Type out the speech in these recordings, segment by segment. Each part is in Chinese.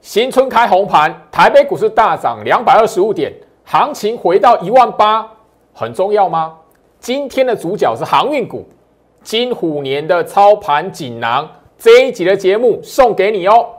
新春开红盘，台北股市大涨225点，行情回到18000，很重要吗？今天的主角是航运股，金虎年的操盘锦囊，这一集的节目送给你哦。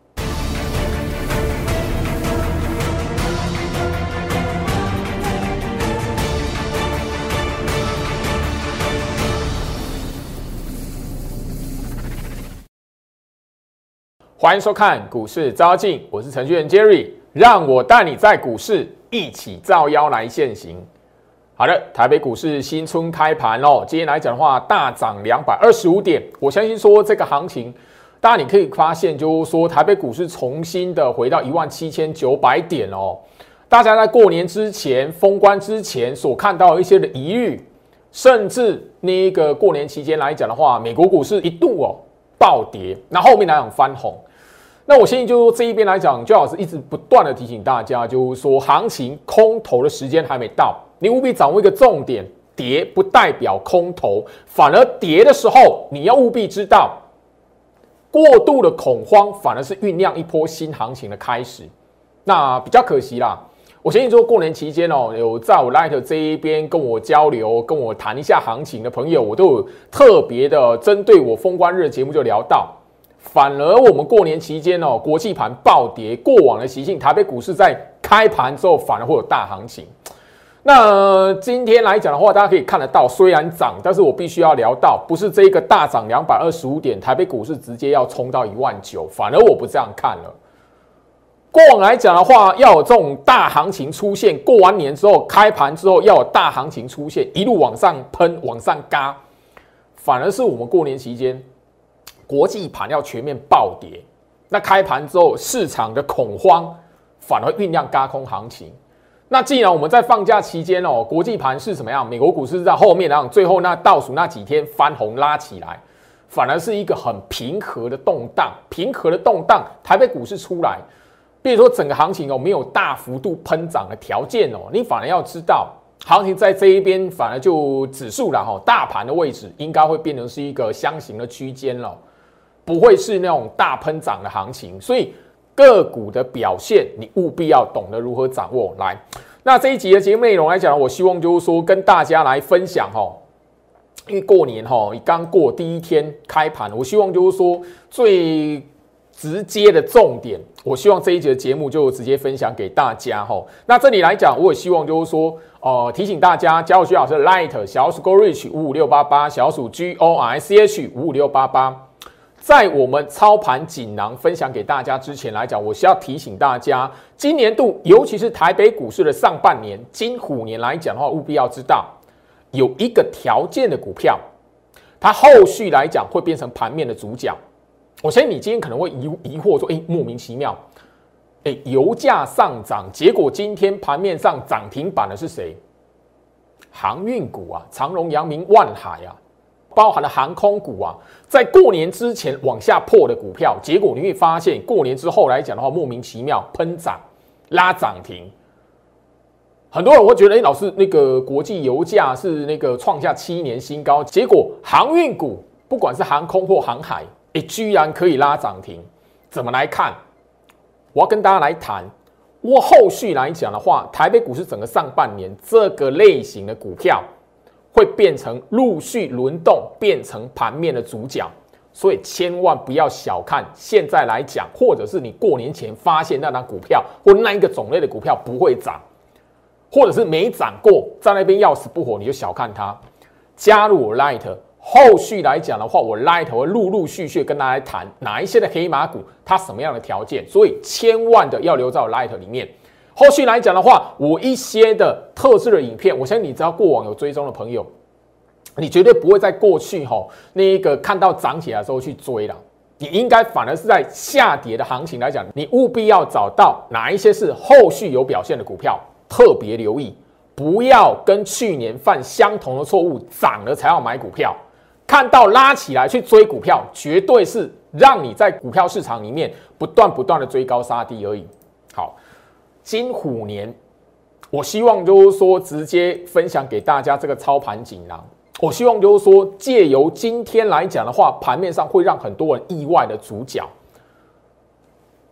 欢迎收看股市招进，我是程序员 Jerry， 让我带你在股市一起造妖来现行。好的，台北股市新春开盘哦，今天来讲的话，大涨225点。我相信说这个行情，大家你可以发现，就是说台北股市重新的回到17900点哦。大家在过年之前、封关之前所看到一些的疑虑，甚至那个过年期间来讲的话，美国股市一度暴跌，那后面来讲翻红。那我相信就是说这一边来讲，最好是一直不断的提醒大家，就是说行情空头的时间还没到，你务必掌握一个重点，跌不代表空头，反而跌的时候你要务必知道，过度的恐慌反而是酝酿一波新行情的开始。那比较可惜啦，我相信说过年期间有在我 Light 这一边跟我交流、跟我谈一下行情的朋友，我都有特别的针对我封关日的节目就聊到。反而我们过年期间国际盘暴跌，过往的习性，台北股市在开盘之后反而会有大行情。那今天来讲的话，大家可以看得到，虽然涨，但是我必须要聊到，不是这一个大涨225点，台北股市直接要冲到19000，反而我不这样看了。过往来讲的话，要有这种大行情出现，过完年之后开盘之后要有大行情出现，一路往上喷、往上嘎，反而是我们过年期间。国际盘要全面暴跌，那开盘之后市场的恐慌反而酝酿軋空行情。那既然我们在放假期间国际盘是什么样？美国股市是在后面最后那倒数那几天翻红拉起来，反而是一个很平和的动荡。平和的动荡，台北股市出来，比如说整个行情没有大幅度喷涨的条件你反而要知道。行情在这一边反而就指数啦大盘的位置应该会变成是一个箱型的区间了，不会是那种大喷涨的行情，所以个股的表现你务必要懂得如何掌握。来，那这一集的节目内容来讲，我希望就是说跟大家来分享因为过年刚过第一天开盘，我希望就是说最直接的重点，我希望这一集的节目就直接分享给大家那这里来讲，我也希望就是说提醒大家，加入徐老师的 Light 小鼠 Go Reach 55688，小鼠 GORICH 55688。在我们操盘锦囊分享给大家之前来讲，我是要提醒大家，今年度尤其是台北股市的上半年，金虎年来讲的话，务必要知道有一个条件的股票，它后续来讲会变成盘面的主角。我相信你今天可能会疑惑说，莫名其妙，油价上涨，结果今天盘面上涨停板的是谁？航运股啊，长荣、阳明、万海啊。包含了航空股啊，在过年之前往下破的股票，结果你会发现，过年之后来讲的话，莫名其妙喷涨、拉涨停。很多人会觉得，老师，那个国际油价是那个创下7年新高，结果航运股不管是航空或航海，居然可以拉涨停，怎么来看？我要跟大家来谈。我后续来讲的话，台北股市整个上半年这个类型的股票。会变成陆续轮动，变成盘面的主角，所以千万不要小看现在来讲，或者是你过年前发现那档股票或那一个种类的股票不会涨，或者是没涨过，在那边要死不活，你就小看它。加入我 Light， 后续来讲的话，我 Light 会陆续跟大家来谈哪一些的黑马股，它什么样的条件，所以千万的要留在我 Light 里面。后续来讲的话，我一些的特制的影片，我相信你只要过往有追踪的朋友，你绝对不会在过去那个看到涨起来的时候去追了，你应该反而是在下跌的行情来讲，你务必要找到哪一些是后续有表现的股票，特别留意，不要跟去年犯相同的错误，涨了才要买股票，看到拉起来去追股票，绝对是让你在股票市场里面不断的追高杀低而已。好。金虎年，我希望就是说直接分享给大家这个操盘锦囊。我希望就是说借由今天来讲的话，盘面上会让很多人意外的主角。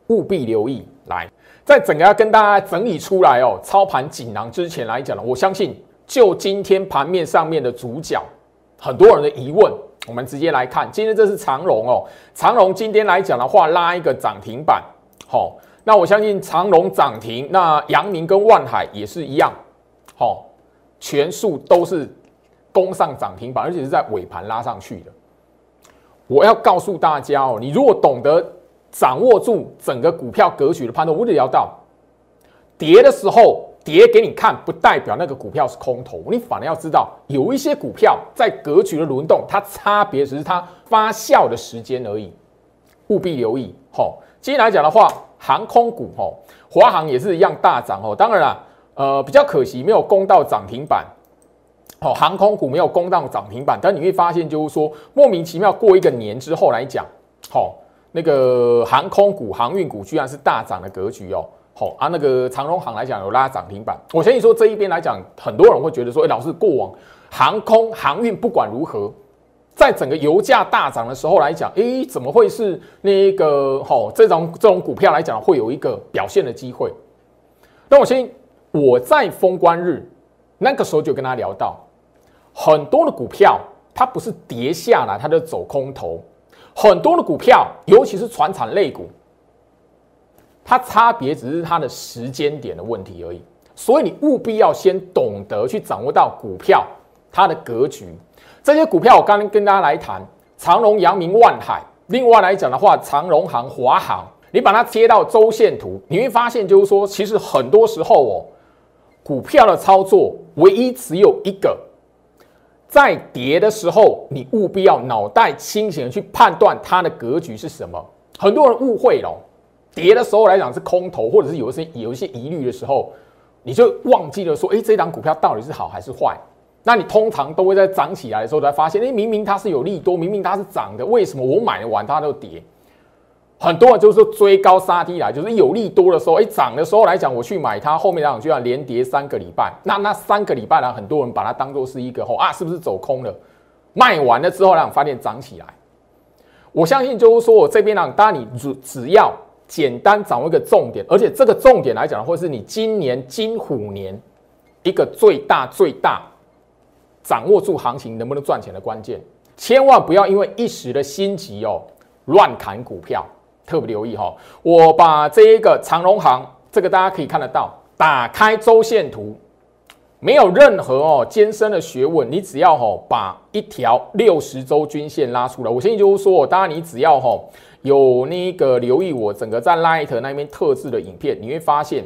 务必留意。来，在整个要跟大家整理出来哦，操盘锦囊之前来讲呢，我相信就今天盘面上面的主角，很多人的疑问，我们直接来看。今天这是长荣哦，长荣今天来讲的话，拉一个涨停板，好，那我相信长荣涨停，那阳明跟万海也是一样，好，全数都是攻上涨停板，而且是在尾盘拉上去的。我要告诉大家哦，你如果懂得掌握住整个股票格局的判断，我就聊到跌的时候，跌给你看，不代表那个股票是空头，你反而要知道，有一些股票在格局的轮动，它差别只是它发酵的时间而已，务必留意。今天来讲的话，航空股华航也是一样大涨当然啦，比较可惜没有攻到涨停板。航空股没有攻到涨停板，但你会发现，就是说莫名其妙过一个年之后来讲，那个航空股、航运股居然是大涨的格局哦。那个长荣航来讲有拉涨停板，我相信说这一边来讲，很多人会觉得说，老师过往航空、航运不管如何，在整个油价大涨的时候来讲，怎么会是那个这种股票来讲会有一个表现的机会？那我在封关日那个时候就跟他聊到。很多的股票，它不是跌下来，它就走空头。很多的股票，尤其是传产类股，它差别只是它的时间点的问题而已。所以你务必要先懂得去掌握到股票它的格局。这些股票我刚刚跟大家来谈，长荣、阳明、万海。另外来讲的话，长荣航、华航，你把它贴到周线图，你会发现就是说，其实很多时候股票的操作唯一只有一个。在跌的时候，你务必要脑袋清醒的去判断它的格局是什么。很多人误会了，跌的时候来讲是空头，或者是有一些疑虑的时候，你就忘记了说，这档股票到底是好还是坏？那你通常都会在涨起来的时候才发现，明明它是有利多，明明它是涨的，为什么我买了完它都跌？很多人就是说追高杀低来，就是有利多的时候，涨的时候来讲，我去买它，后面来讲就要连跌3个礼拜。那3个礼拜呢，很多人把它当作是一个是不是走空了？卖完了之后，让发现涨起来。我相信就是说我这边当然你只要简单掌握一个重点，而且这个重点来讲，会是你今年金虎年一个最大掌握住行情能不能赚钱的关键。千万不要因为一时的心急乱砍股票。特别留意我把这一个长荣航，这个大家可以看得到，打开周线图，没有任何艰深的学问，你只要把一条60周均线拉出来。我相信就是说，当然你只要有那个留意我整个在 Light 那边特制的影片，你会发现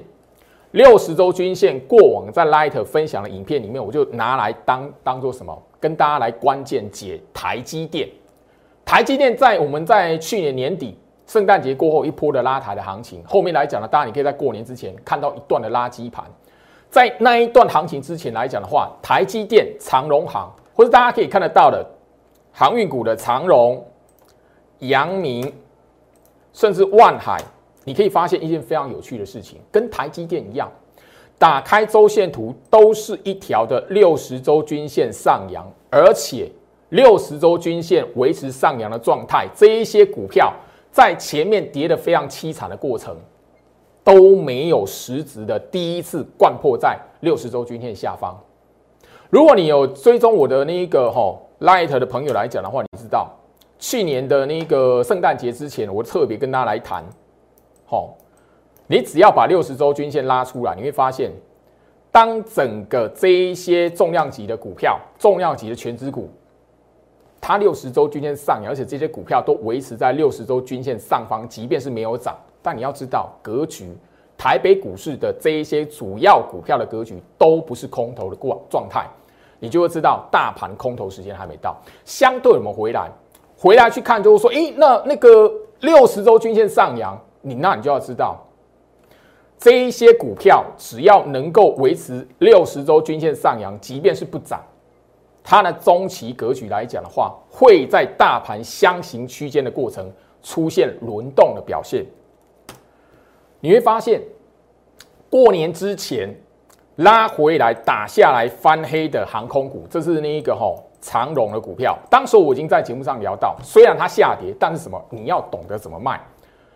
60周均线过往在 Light 分享的影片里面，我就拿来当做什么，跟大家来关键解台积电。台积电我们在去年年底。圣诞节过后一波的拉抬的行情，后面来讲呢，当然你可以在过年之前看到一段的垃圾盘。在那一段行情之前来讲的话，台积电、长荣航，或者大家可以看得到的航运股的长荣、阳明，甚至万海，你可以发现一件非常有趣的事情，跟台积电一样，打开周线图都是一条的60周均线上扬，而且60周均线维持上扬的状态，这一些股票。在前面跌得非常凄惨的过程，都没有实质的第一次掼破在60周均线下方。如果你有追踪我的那个Light 的朋友来讲的话，你知道去年的那个圣诞节之前，我特别跟大家来谈，你只要把60周均线拉出来，你会发现，当整个这一些重量级的股票、重量级的全指股。它60周均线上扬，而且这些股票都维持在60周均线上方，即便是没有涨，但你要知道格局，台北股市的这一些主要股票的格局都不是空头的状态，你就会知道大盘空头时间还没到。相对我们回来去看，就是说，那个60周均线上扬，你就要知道，这一些股票只要能够维持60周均线上扬，即便是不涨。它的中期格局来讲的话，会在大盘箱型区间的过程出现轮动的表现。你会发现，过年之前拉回来打下来翻黑的航空股，这是那一个长荣的股票。当时我已经在节目上聊到，虽然它下跌，但是什么？你要懂得怎么卖。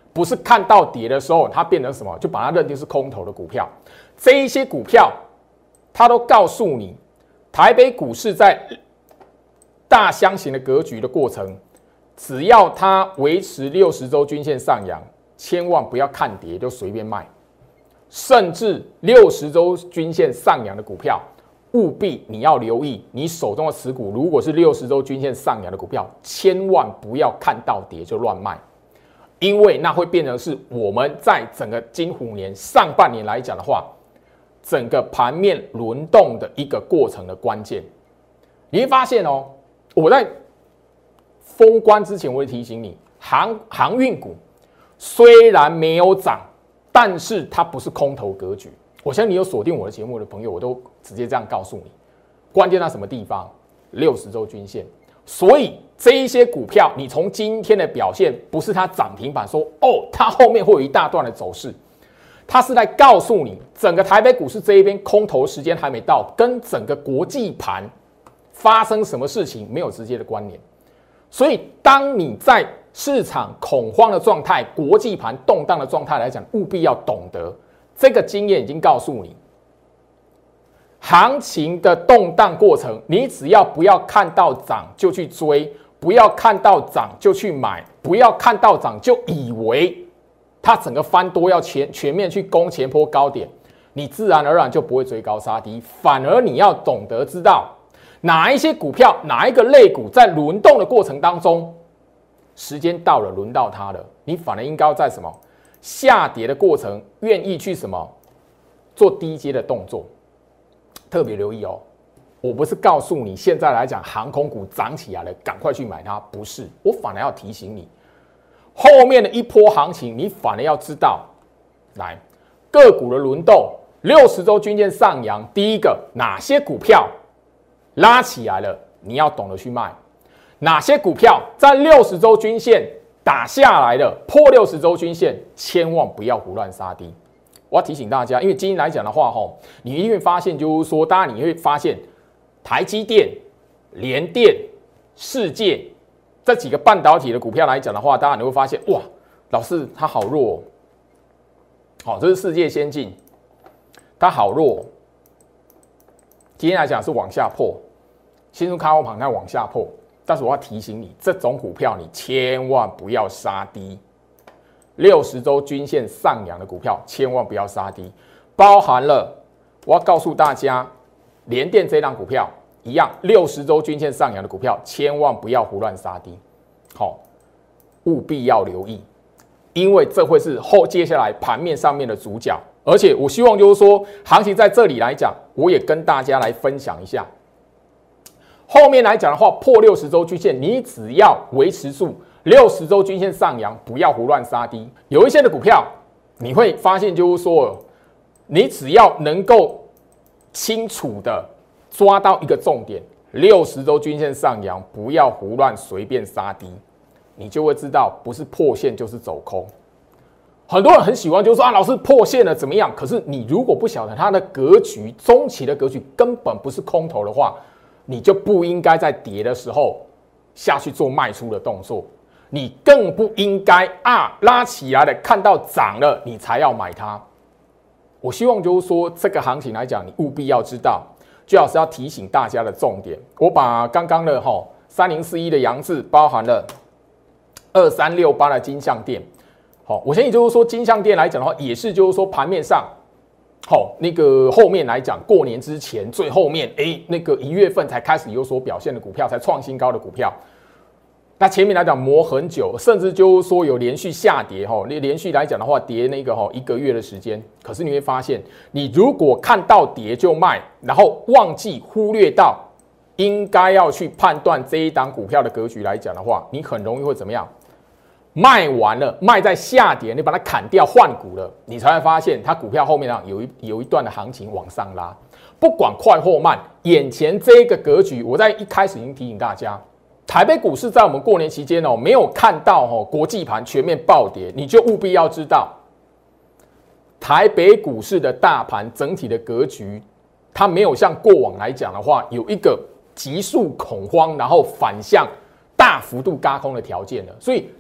不是看到跌的时候，它变成什么，就把它认定是空头的股票。这一些股票，它都告诉你，台北股市在大箱型的格局的过程，只要它维持60周均线上扬，千万不要看跌就随便卖，甚至60周均线上扬的股票，务必你要留意，你手中的持股如果是60周均线上扬的股票，千万不要看到跌就乱卖。因为那会变成是我们在整个金虎年上半年来讲的话，整个盘面轮动的一个过程的关键。你会发现哦，我在封关之前，我会提醒你，航运股虽然没有涨，但是它不是空头格局。我相信你有锁定我的节目的朋友，我都直接这样告诉你，关键在什么地方？60周均线。所以这一些股票，你从今天的表现，不是它涨停板说哦，它后面会有一大段的走势，它是在告诉你，整个台北股市这一边空头时间还没到，跟整个国际盘发生什么事情没有直接的关联。所以，当你在市场恐慌的状态、国际盘动荡的状态来讲，务必要懂得这个经验已经告诉你。行情的动荡过程，你只要不要看到涨就去追，不要看到涨就去买，不要看到涨就以为它整个翻多要全面去攻前波高点，你自然而然就不会追高杀低，反而你要懂得知道哪一些股票、哪一个类股在轮动的过程当中，时间到了，轮到它了，你反而应该在什么下跌的过程，愿意去什么做低阶的动作。特别留意哦，我不是告诉你现在来讲航空股涨起来了，赶快去买它，不是，我反而要提醒你，后面的一波行情，你反而要知道，来个股的轮动，60周均线上扬，第一个哪些股票拉起来了，你要懂得去卖；哪些股票在60周均线打下来了，破60周均线，千万不要胡乱杀低。我要提醒大家，因为今天来讲的话，你一定会发现，就是说，当然你会发现，台积电、联电、世界这几个半导体的股票来讲的话，当然你会发现，哇，老师它好弱哦。好，这是世界先进，它好弱哦。今天来讲是往下破，新竹开红盘它往下破，但是我要提醒你，这种股票你千万不要杀低。60周均线上扬的股票，千万不要杀低，包含了我要告诉大家，联电这档股票一样，60周均线上扬的股票，千万不要胡乱杀低，好，务必要留意，因为这会是接下来盘面上面的主角。而且我希望就是说，行情在这里来讲，我也跟大家来分享一下。后面来讲的话，破60周均线，你只要维持住60周均线上扬，不要胡乱杀低。有一些的股票，你会发现就是说，你只要能够清楚的抓到一个重点，60周均线上扬，不要胡乱随便杀低，你就会知道不是破线就是走空。很多人很喜欢就是说啊，老师破线了怎么样？可是你如果不晓得它的格局，中期的格局根本不是空头的话，你就不应该在跌的时候下去做卖出的动作。你更不应该拉起来的看到涨了你才要买它。我希望就是说这个行情来讲，你务必要知道，最好是要提醒大家的重点。我把刚刚的3041的阳字，包含了2368的金像电，我相信就是说金像电来讲的话，也是就是说盘面上，那个后面来讲过年之前最后面，那个1月份才开始有所表现的股票，才创新高的股票。那前面来讲磨很久，甚至就是说有连续下跌，连续来讲的话跌那个1个月的时间。可是你会发现，你如果看到跌就卖，然后忘记忽略到应该要去判断这一档股票的格局来讲的话，你很容易会怎么样？卖完了，卖在下跌，你把它砍掉换股了，你才会发现它股票后面有一段的行情往上拉。不管快或慢，眼前这个格局，我在一开始已经提醒大家。台北股市在我们过年期间没有看到国际盘全面暴跌，你就务必要知道，台北股市的大盘整体的格局，它没有像过往来讲的话，有一个急速恐慌，然后反向大幅度轧空的条件了。所以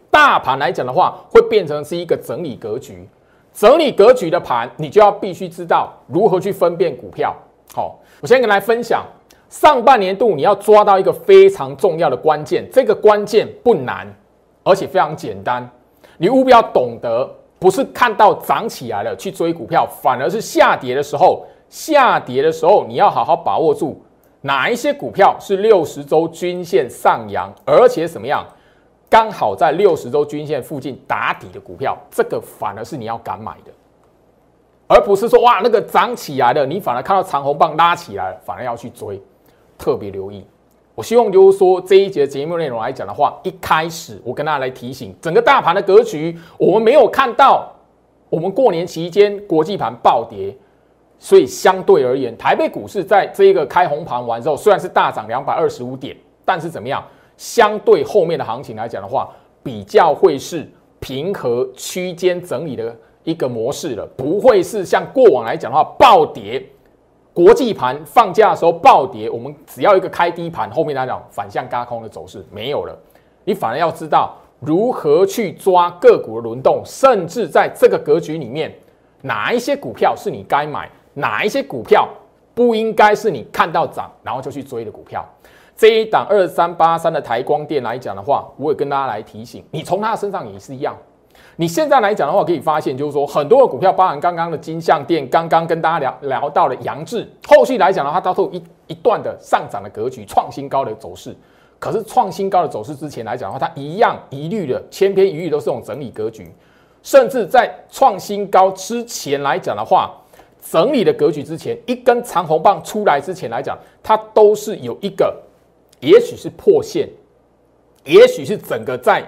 大盘来讲的话，会变成是一个整理格局。整理格局的盘，你就要必须知道如何去分辨股票。好，我先跟大家分享，上半年度你要抓到一个非常重要的关键，这个关键不难，而且非常简单。你务必要懂得，不是看到涨起来了去追股票，反而是下跌的时候，你要好好把握住哪一些股票是60周均线上扬，而且怎么样？刚好在60周均线附近打底的股票，这个反而是你要敢买的，而不是说哇那个涨起来了，你反而看到长红棒拉起来了，反而要去追，特别留意。我希望就是说这一节节目内容来讲的话，一开始我跟大家来提醒，整个大盘的格局，我们没有看到我们过年期间国际盘暴跌，所以相对而言，台北股市在这一个开红盘完之后，虽然是大涨225点，但是怎么样？相对后面的行情来讲的话，比较会是平和区间整理的一个模式了，不会是像过往来讲的话暴跌。国际盘放假的时候暴跌，我们只要一个开低盘，后面来讲反向轧空的走势没有了，你反而要知道如何去抓个股的轮动，甚至在这个格局里面，哪一些股票是你该买，哪一些股票不应该是你看到涨然后就去追的股票。这一档2383的台光电来讲的话，我也跟大家来提醒，你从它的身上也是一样。你现在来讲的话，可以发现就是说，很多的股票，包含刚刚的金像电，刚刚跟大家聊到的扬智，后续来讲的话，它都有一段的上涨的格局，创新高的走势。可是创新高的走势之前来讲的话，它一律的千篇一律都是这种整理格局，甚至在创新高之前来讲的话，整理的格局之前，一根长红棒出来之前来讲，它都是有一个。也许是破线，也许是整个在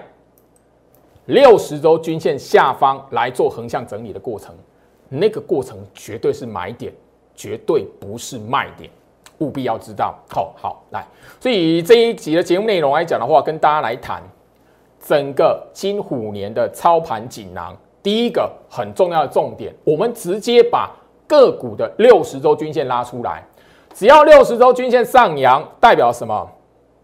60周均线下方来做横向整理的过程，那个过程绝对是买点，绝对不是卖点，务必要知道。好，来，所以这一集的节目内容来讲的话，跟大家来谈整个金虎年的操盘锦囊。第一个很重要的重点，我们直接把个股的60周均线拉出来，只要60周均线上扬，代表什么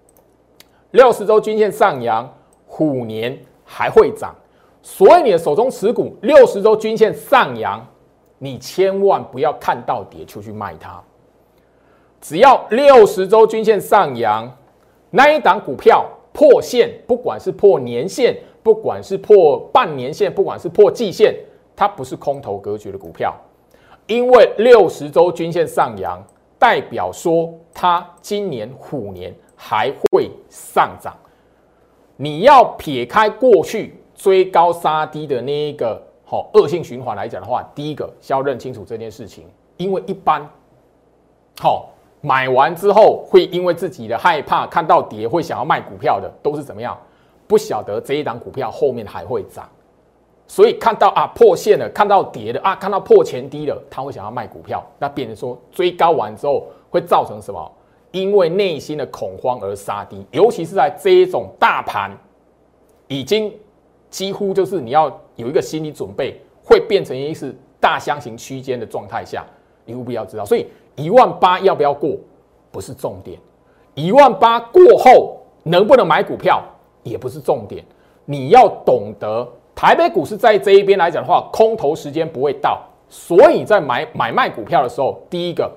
？60周均线上扬，虎年还会涨，所以你的手中持股60周均线上扬，你千万不要看到跌就去卖它。只要60周均线上扬，那一档股票破线，不管是破年线，不管是破半年线，不管是破季线，它不是空头格局的股票，因为60周均线上扬，代表说它今年虎年还会上涨。你要撇开过去追高杀低的那一个恶性循环来讲的话，第一个是要认清楚这件事情，因为一般买完之后会因为自己的害怕看到跌会想要卖股票的，都是怎么样？不晓得这一档股票后面还会涨，所以看到破线了，看到跌了看到破前低了，他会想要卖股票，那变成说追高完之后会造成什么？因为内心的恐慌而杀低，尤其是在这一种大盘已经几乎就是你要有一个心理准备，会变成一次大箱型区间的状态下，你务必要知道。所以18000要不要过不是重点，18000过后能不能买股票也不是重点，你要懂得台北股市在这一边来讲的话，空头时间不会到，所以在买卖股票的时候，第一个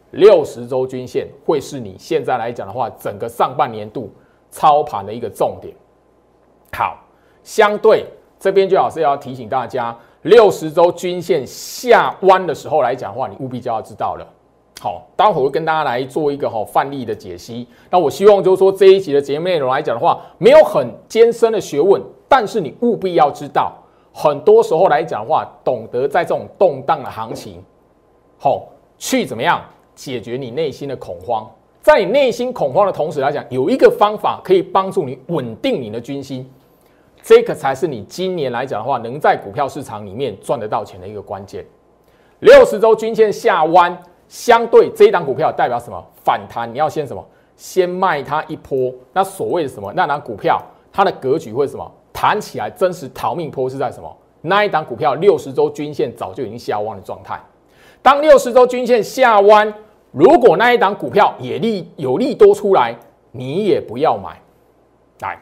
60周均线会是你现在来讲的话，整个上半年度操盘的一个重点。好，相对这边就老师要提醒大家，60周均线下弯的时候来讲的话，你务必就要知道了。好，待会儿会跟大家来做一个范例的解析。那我希望就是说这一集的节目内容来讲的话，没有很艰深的学问，但是你务必要知道，很多时候来讲的话，懂得在这种动荡的行情，去怎么样解决你内心的恐慌。在你内心恐慌的同时来讲，有一个方法可以帮助你稳定你的军心，这个才是你今年来讲的话，能在股票市场里面赚得到钱的一个关键。60周均线下弯，相对这一档股票代表什么？反弹，你要先什么？先卖它一波。那所谓的什么？那档股票它的格局会什么？弹起来真实逃命波是在什么？那一档股票60周均线早就已经下弯的状态。当60周均线下弯，如果那一档股票也有利多出来，你也不要买。来，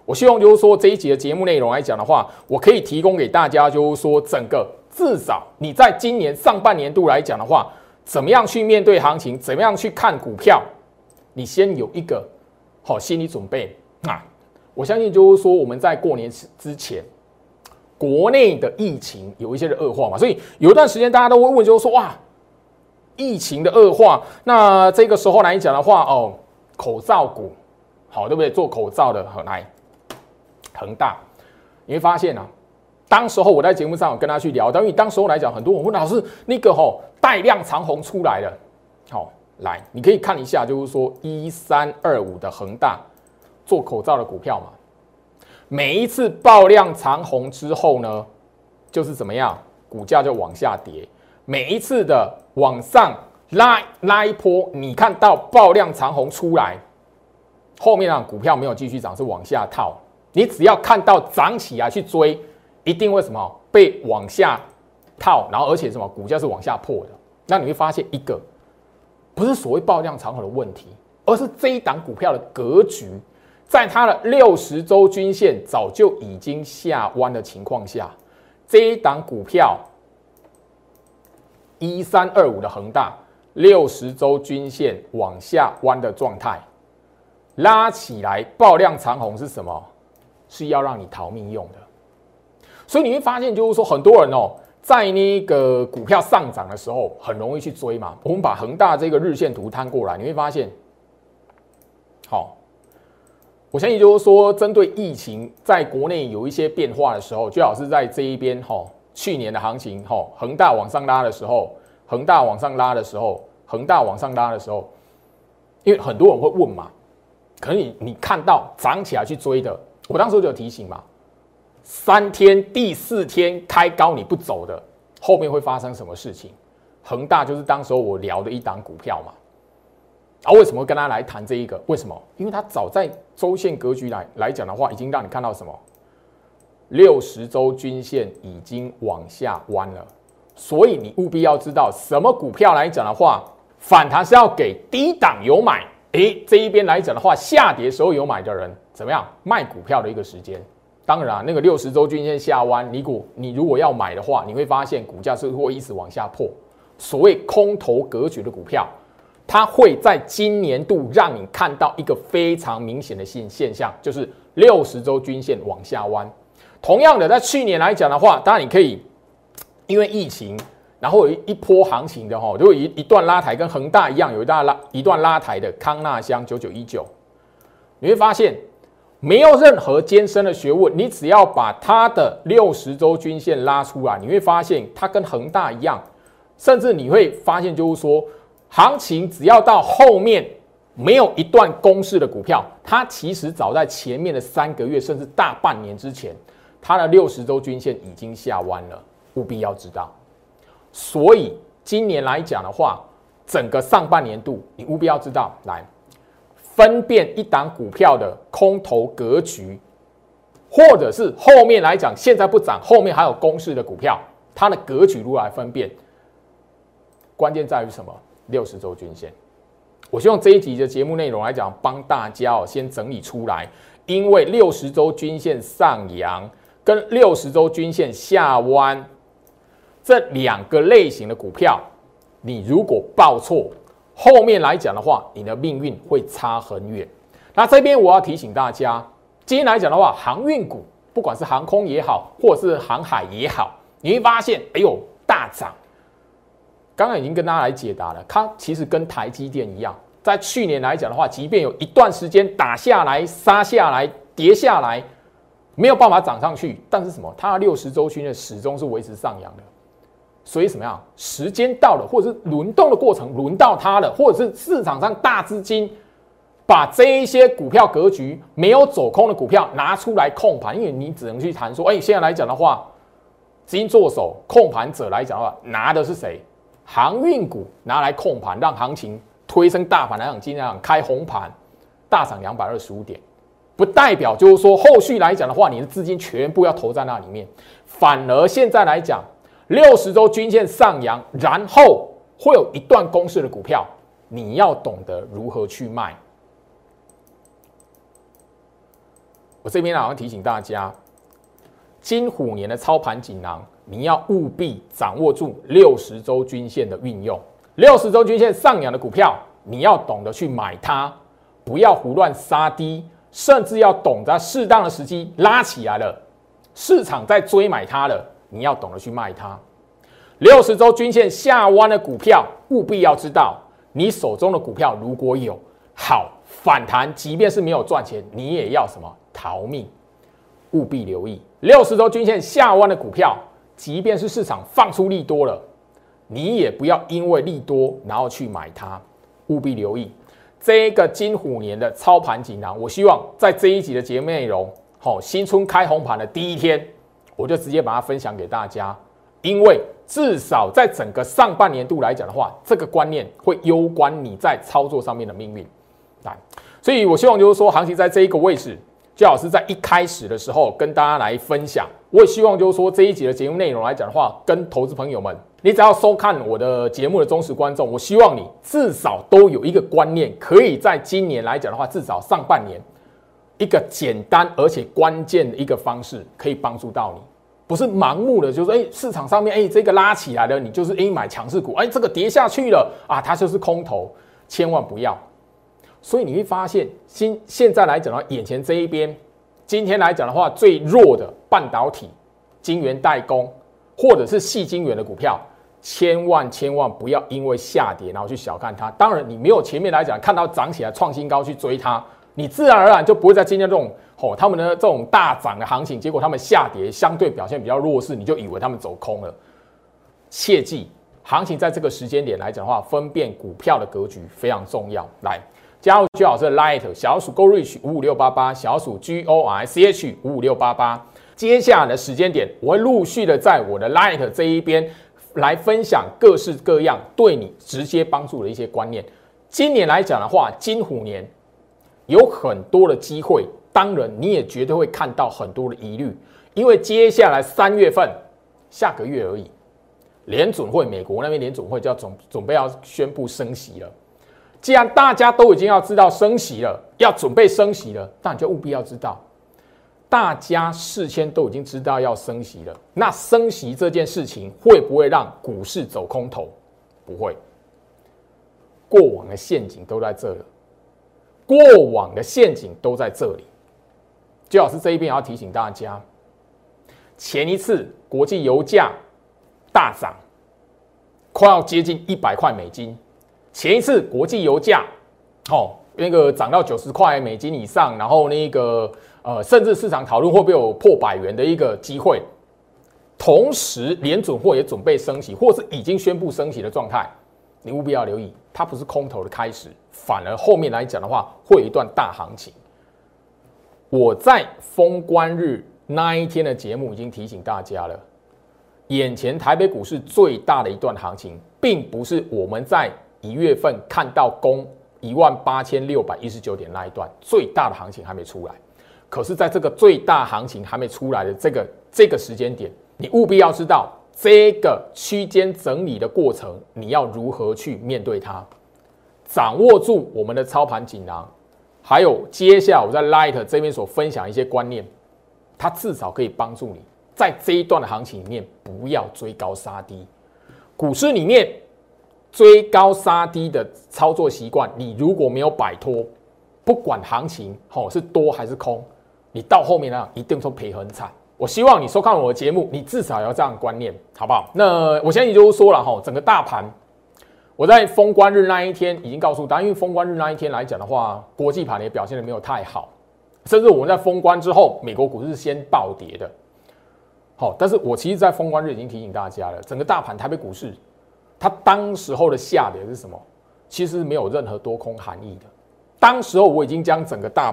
我希望就是说这一集的节目内容来讲的话，我可以提供给大家，就是说整个至少你在今年上半年度来讲的话，怎么样去面对行情，怎么样去看股票，你先有一个好心理准备啊。我相信就是说我们在过年之前，国内的疫情有一些的恶化嘛，所以有一段时间大家都会问，就是说哇，疫情的恶化，那这个时候来讲的话，哦，口罩股好，对不对？做口罩的来。恒大，你会发现啊，当时候我在节目上有跟他去聊，但因为当时候来讲，很多人问老师，那个带量长红出来了，好，来，你可以看一下，就是说1325的恒大做口罩的股票嘛，每一次爆量长红之后呢，就是怎么样，股价就往下跌，每一次的往上拉一波，你看到爆量长红出来，后面股票没有继续涨，是往下套。你只要看到涨起来去追，一定会什么被往下套，然后而且什么股价是往下破的。那你会发现一个不是所谓爆量长红的问题，而是这一档股票的格局，在它的60周均线早就已经下弯的情况下，这一档股票1325的恒大60周均线往下弯的状态，拉起来爆量长红是什么？是要让你逃命用的，所以你会发现，就是说很多人在那个股票上涨的时候，很容易去追嘛。我们把恒大这个日线图摊过来，你会发现，好，我相信就是说，针对疫情在国内有一些变化的时候，最好是在这一边去年的行情恒大往上拉的时候，恒大往上拉的时候，恒大往上拉的时候，因为很多人会问嘛，可能你看到涨起来去追的。我当时就有提醒嘛，3天第4天开高你不走的，后面会发生什么事情？恒大就是当时候我聊的一档股票嘛。为什么跟他来谈这一个？为什么？因为他早在周线格局来讲的话，已经让你看到什么？60周均线已经往下弯了，所以你务必要知道，什么股票来讲的话，反弹是要给低档有买，这一边来讲的话，下跌时候有买的人。怎么样卖股票的一个时间？当然那个60周均线下弯，你如果要买的话，你会发现股价是会一直往下破。所谓空头格局的股票，它会在今年度让你看到一个非常明显的现象，就是60周均线往下弯。同样的，在去年来讲的话，当然你可以因为疫情，然后有一波行情的就有一段拉抬，跟恒大一样，有一段拉抬的康纳香9919，你会发现。没有任何艰深的学问，你只要把它的60周均线拉出来，你会发现它跟恒大一样，甚至你会发现就是说，行情只要到后面没有一段攻势的股票，它其实早在前面的3个月甚至大半年之前，它的60周均线已经下弯了，务必要知道。所以今年来讲的话，整个上半年度你务必要知道，来。分辨一档股票的空头格局，或者是后面来讲现在不涨，后面还有攻势的股票，它的格局如何来分辨？关键在于什么？60周均线。我希望这一集的节目内容来讲，帮大家先整理出来，因为60周均线上扬跟60周均线下弯这2个类型的股票，你如果报错。后面来讲的话，你的命运会差很远。那这边我要提醒大家，今天来讲的话，航运股不管是航空也好，或者是航海也好，你会发现，大涨。刚刚已经跟大家来解答了，它其实跟台积电一样，在去年来讲的话，即便有一段时间打下来、杀下来、跌下来，没有办法涨上去，但是什么？它的60周均线始终是维持上扬的。所以什么样？时间到了，或者是轮动的过程轮到它了，或者是市场上大资金把这一些股票格局没有走空的股票拿出来控盘，因为你只能去谈说，现在来讲的话，资金做手控盘者来讲的话，拿的是谁？航运股拿来控盘，让行情推升大盘来讲，今天开红盘，大涨225点，不代表就是说后续来讲的话，你的资金全部要投在那里面，反而现在来讲。60周均线上扬，然后会有一段攻势的股票，你要懂得如何去卖。 我这边要提醒大家，金虎年的操盘锦囊，你要务必掌握住60周均线的运用。60周均线上扬的股票，你要懂得去买它，不要胡乱杀低，甚至要懂得适当的时机拉起来了，市场在追买它了，你要懂得去卖它。60周均线下弯的股票，务必要知道，你手中的股票如果有好反弹，即便是没有赚钱，你也要什么逃命，务必留意60周均线下弯的股票，即便是市场放出利多了，你也不要因为利多然后去买它，务必留意这个金虎年的操盘锦囊。我希望在这一集的节目内容，新春开红盘的第一天，我就直接把它分享给大家，因为至少在整个上半年度来讲的话，这个观念会攸关你在操作上面的命运。所以我希望就是说，行情在这一个位置，最好是在一开始的时候跟大家来分享。我也希望就是说，这一集的节目内容来讲的话，跟投资朋友们，你只要收看我的节目的忠实观众，我希望你至少都有一个观念，可以在今年来讲的话，至少上半年一个简单而且关键的一个方式，可以帮助到你。不是盲目的，就是说，市场上面，这个拉起来了，你就是买强势股，这个跌下去了啊，它就是空头，千万不要。所以你会发现，现在来讲的话，眼前这一边，今天来讲的话，最弱的半导体、晶圆代工，或者是矽晶圆的股票，千万不要因为下跌然后去小看它。当然，你没有前面来讲看到涨起来创新高去追它，你自然而然就不会在今天这种他们的这种大涨的行情，结果他们下跌相对表现比较弱势，你就以为他们走空了。切记，行情在这个时间点来讲的话，分辨股票的格局非常重要。来。加入居老师的 Light 小鼠 Go Reach 55688，小鼠 GORCH 55688。接下来的时间点，我会陆续的在我的 Light 这一边来分享各式各样对你直接帮助的一些观念。今年来讲的话，金虎年有很多的机会，当然你也绝对会看到很多的疑虑，因为接下来3月份，下个月而已，联准会美国那边联准会就要准备要宣布升息了。既然大家都已经要知道升息了，要准备升息了，那你就务必要知道，大家事先都已经知道要升息了。那升息这件事情会不会让股市走空头？不会。过往的陷阱都在这了，过往的陷阱都在这里。最好是这一边也要提醒大家，前一次国际油价大涨，快要接近100块美金。前一次国际油价，那个涨到90块美金以上，然后那个甚至市场讨论会不会有破100元的一个机会。同时，联准会也准备升息，或是已经宣布升息的状态，你务必要留意，它不是空头的开始，反而后面来讲的话，会有一段大行情。我在封关日那一天的节目已经提醒大家了，眼前台北股市最大的一段行情，并不是我们在1月份看到攻18619点那一段最大的行情还没出来，可是在这个最大行情还没出来的这个时间点，你务必要知道这个区间整理的过程，你要如何去面对它，掌握住我们的操盘锦囊，还有接下来我在 Light 这边所分享一些观念，它至少可以帮助你在这一段的行情里面不要追高杀低。股市里面追高杀低的操作习惯，你如果没有摆脱，不管行情是多还是空，你到后面呢一定都赔很惨。我希望你收看我的节目，你至少要这样的观念，好不好？那我现在也就是说了整个大盘，我在封关日那一天已经告诉大家，因为封关日那一天来讲的话，国际盘也表现的没有太好，甚至我们在封关之后，美国股市是先暴跌的。但是我其实在封关日已经提醒大家了，整个大盘台北股市。它当时候的下跌是什么？其实没有任何多空含义的。当时候我已经将整个大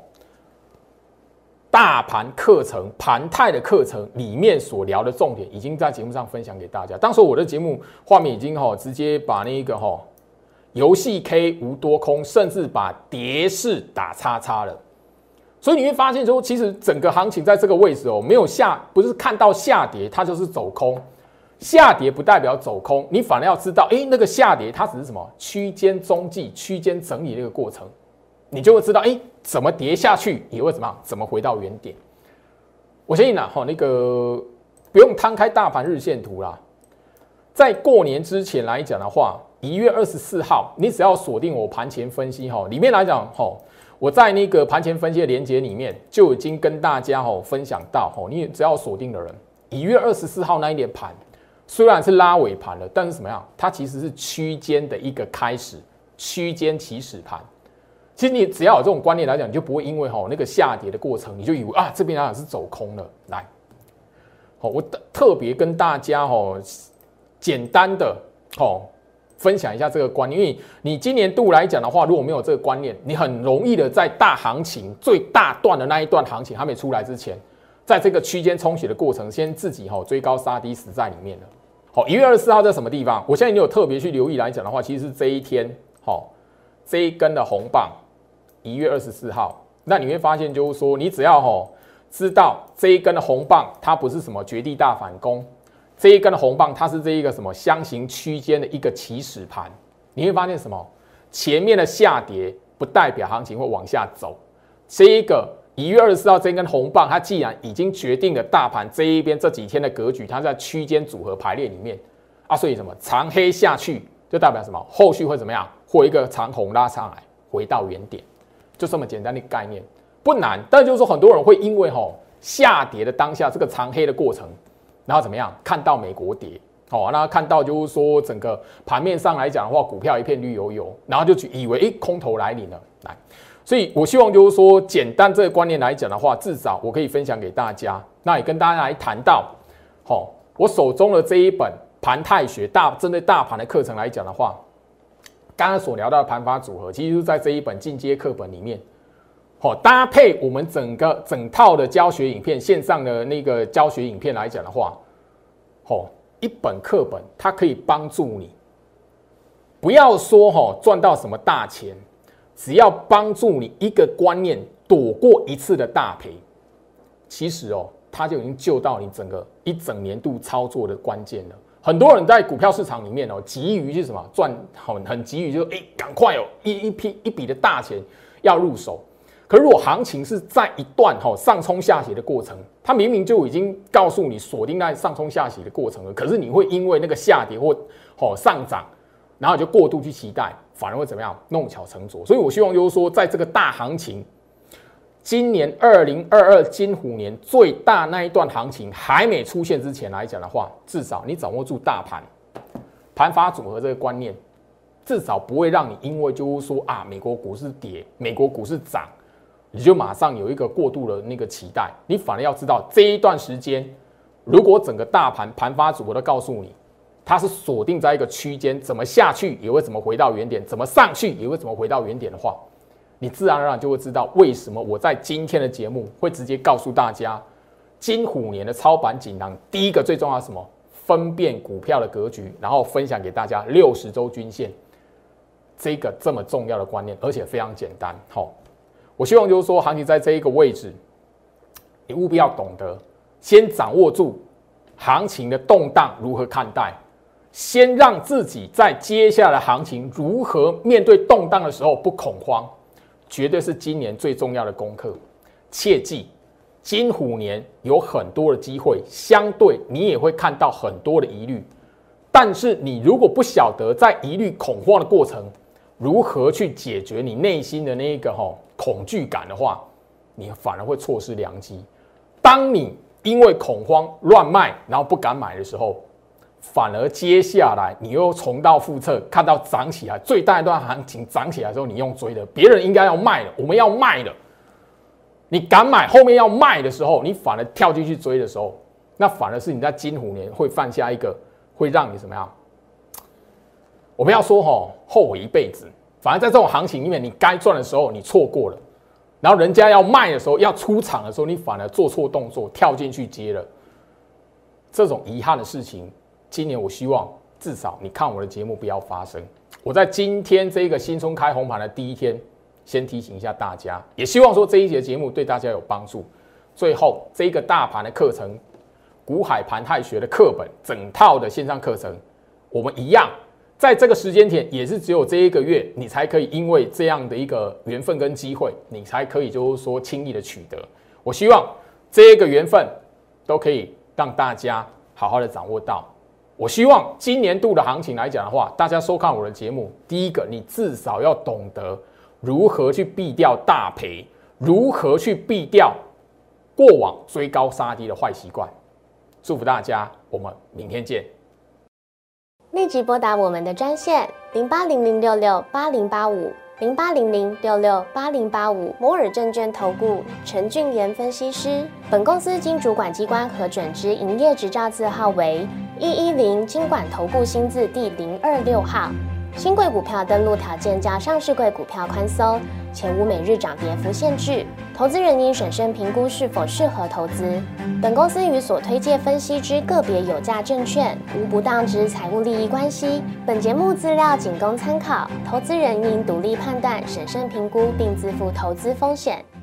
盘课程盘态的课程里面所聊的重点，已经在节目上分享给大家。当时我的节目画面已经直接把那个游戏 K 无多空，甚至把跌势打叉叉了。所以你会发现说，其实整个行情在这个位置没有不是看到下跌，它就是走空。下跌不代表走空，你反而要知道，那个下跌它只是什么区间中继、区间整理的一个过程。 你就会知道，怎么跌下去也会怎么样，怎么回到原点。我相信那个不用摊开大盘日线图啦，在过年之前来讲的话，1月24号，你只要锁定我盘前分析里面来讲我在那个盘前分析的连结里面就已经跟大家分享到你只要锁定的人，1月24号那一连盘虽然是拉尾盘了，但是怎么样？它其实是区间的一个开始，区间起始盘。其实你只要有这种观念来讲，你就不会因为那个下跌的过程，你就以为这边是走空了。来，我特别跟大家简单的分享一下这个观念，因为你今年度来讲的话，如果没有这个观念，你很容易的在大行情最大段的那一段行情还没出来之前，在这个区间冲洗的过程，先自己追高杀低死在里面了。1月24号在什么地方？我现在你有特别去留意来讲的话，其实是这一天这一根的红棒，1月24号，那你会发现就是说，你只要知道这一根的红棒，它不是什么绝地大反攻，这一根的红棒它是这一个什么箱型区间的一个起始盘，你会发现什么？前面的下跌不代表行情会往下走，这一个1月24号这根红棒，它既然已经决定了大盘这一边这几天的格局，它在区间组合排列里面所以什么长黑下去就代表什么？后续会怎么样？会有一个长红拉上来，回到原点，就这么简单的概念，不难。但就是说，很多人会因为下跌的当下这个长黑的过程，然后怎么样？看到美国跌，那看到就是说整个盘面上来讲的话，股票一片绿油油，然后就以为空头来临了，来。所以我希望就是说，简单这个观念来讲的话，至少我可以分享给大家。那也跟大家来谈到，我手中的这一本盘态学针对大盘的课程来讲的话，刚刚所聊到的盘法组合，其实就是在这一本进阶课本里面，搭配我们整套的教学影片，线上的那个教学影片来讲的话，一本课本它可以帮助你，不要说赚到什么大钱，只要帮助你一个观念躲过一次的大赔，其实它就已经救到你一整年度操作的关键了。很多人在股票市场里面急于是什么赚，很急于就是赶快一笔的大钱要入手。可是如果行情是在一段上冲下洗的过程，它明明就已经告诉你锁定在上冲下洗的过程了，可是你会因为那个下跌或上涨，然后你就过度去期待，反而会怎么样弄巧成拙。所以我希望就是说，在这个大行情，今年2022金虎年最大那一段行情还没出现之前来讲的话，至少你掌握住大盘法组合这个观念，至少不会让你因为就是说美国股市跌，美国股市涨，你就马上有一个过度的那个期待。你反而要知道这一段时间，如果整个大盘法组合都告诉你，它是锁定在一个区间，怎么下去也会怎么回到原点，怎么上去也会怎么回到原点的话，你自然而然就会知道为什么我在今天的节目会直接告诉大家，金虎年的操盘锦囊，第一个最重要的是什么？分辨股票的格局，然后分享给大家60周均线这个这么重要的观念，而且非常简单。我希望就是说，行情在这一个位置，你务必要懂得先掌握住行情的动荡如何看待，先让自己在接下来的行情如何面对动荡的时候不恐慌，绝对是今年最重要的功课。切记，金虎年有很多的机会，相对你也会看到很多的疑虑，但是你如果不晓得在疑虑恐慌的过程如何去解决你内心的那个恐惧感的话，你反而会错失良机。当你因为恐慌乱卖，然后不敢买的时候，反而接下来你又重蹈覆辙，看到涨起来最大一段行情涨起来的时候，你用追的，别人应该要卖了，我们要卖了，你敢买，后面要卖的时候，你反而跳进去追的时候，那反而是你在金虎年会犯下一个会让你怎么样？我们要说后悔一辈子。反而在这种行情里面，你该赚的时候你错过了，然后人家要卖的时候，要出场的时候，你反而做错动作，跳进去接了。这种遗憾的事情，今年我希望至少你看我的节目不要发生。我在今天这个新春开红盘的第一天，先提醒一下大家，也希望说这一节节目对大家有帮助。最后，这个大盘的课程，股海盘态学的课本，整套的线上课程，我们一样在这个时间点，也是只有这一个月，你才可以因为这样的一个缘分跟机会，你才可以就是说轻易的取得。我希望这一个缘分都可以让大家好好的掌握到。我希望今年度的行情来讲的话，大家收看我的节目，第一个你至少要懂得如何去避掉大赔，如何去避掉过往追高杀低的坏习惯。祝福大家，我们明天见。 立即拨打我们的专线08006680850800668085摩尔证券投顾陈俊言分析师。本公司经主管机关核准之营业执照字号为110金管投顾新字第026号。新贵股票登录条件较上市贵股票宽松，且无每日涨跌幅限制。投资人应审慎评估是否适合投资。本公司与所推介分析之个别有价证券无不当之财务利益关系。本节目资料仅供参考，投资人应独立判断、审慎评估，并自负投资风险。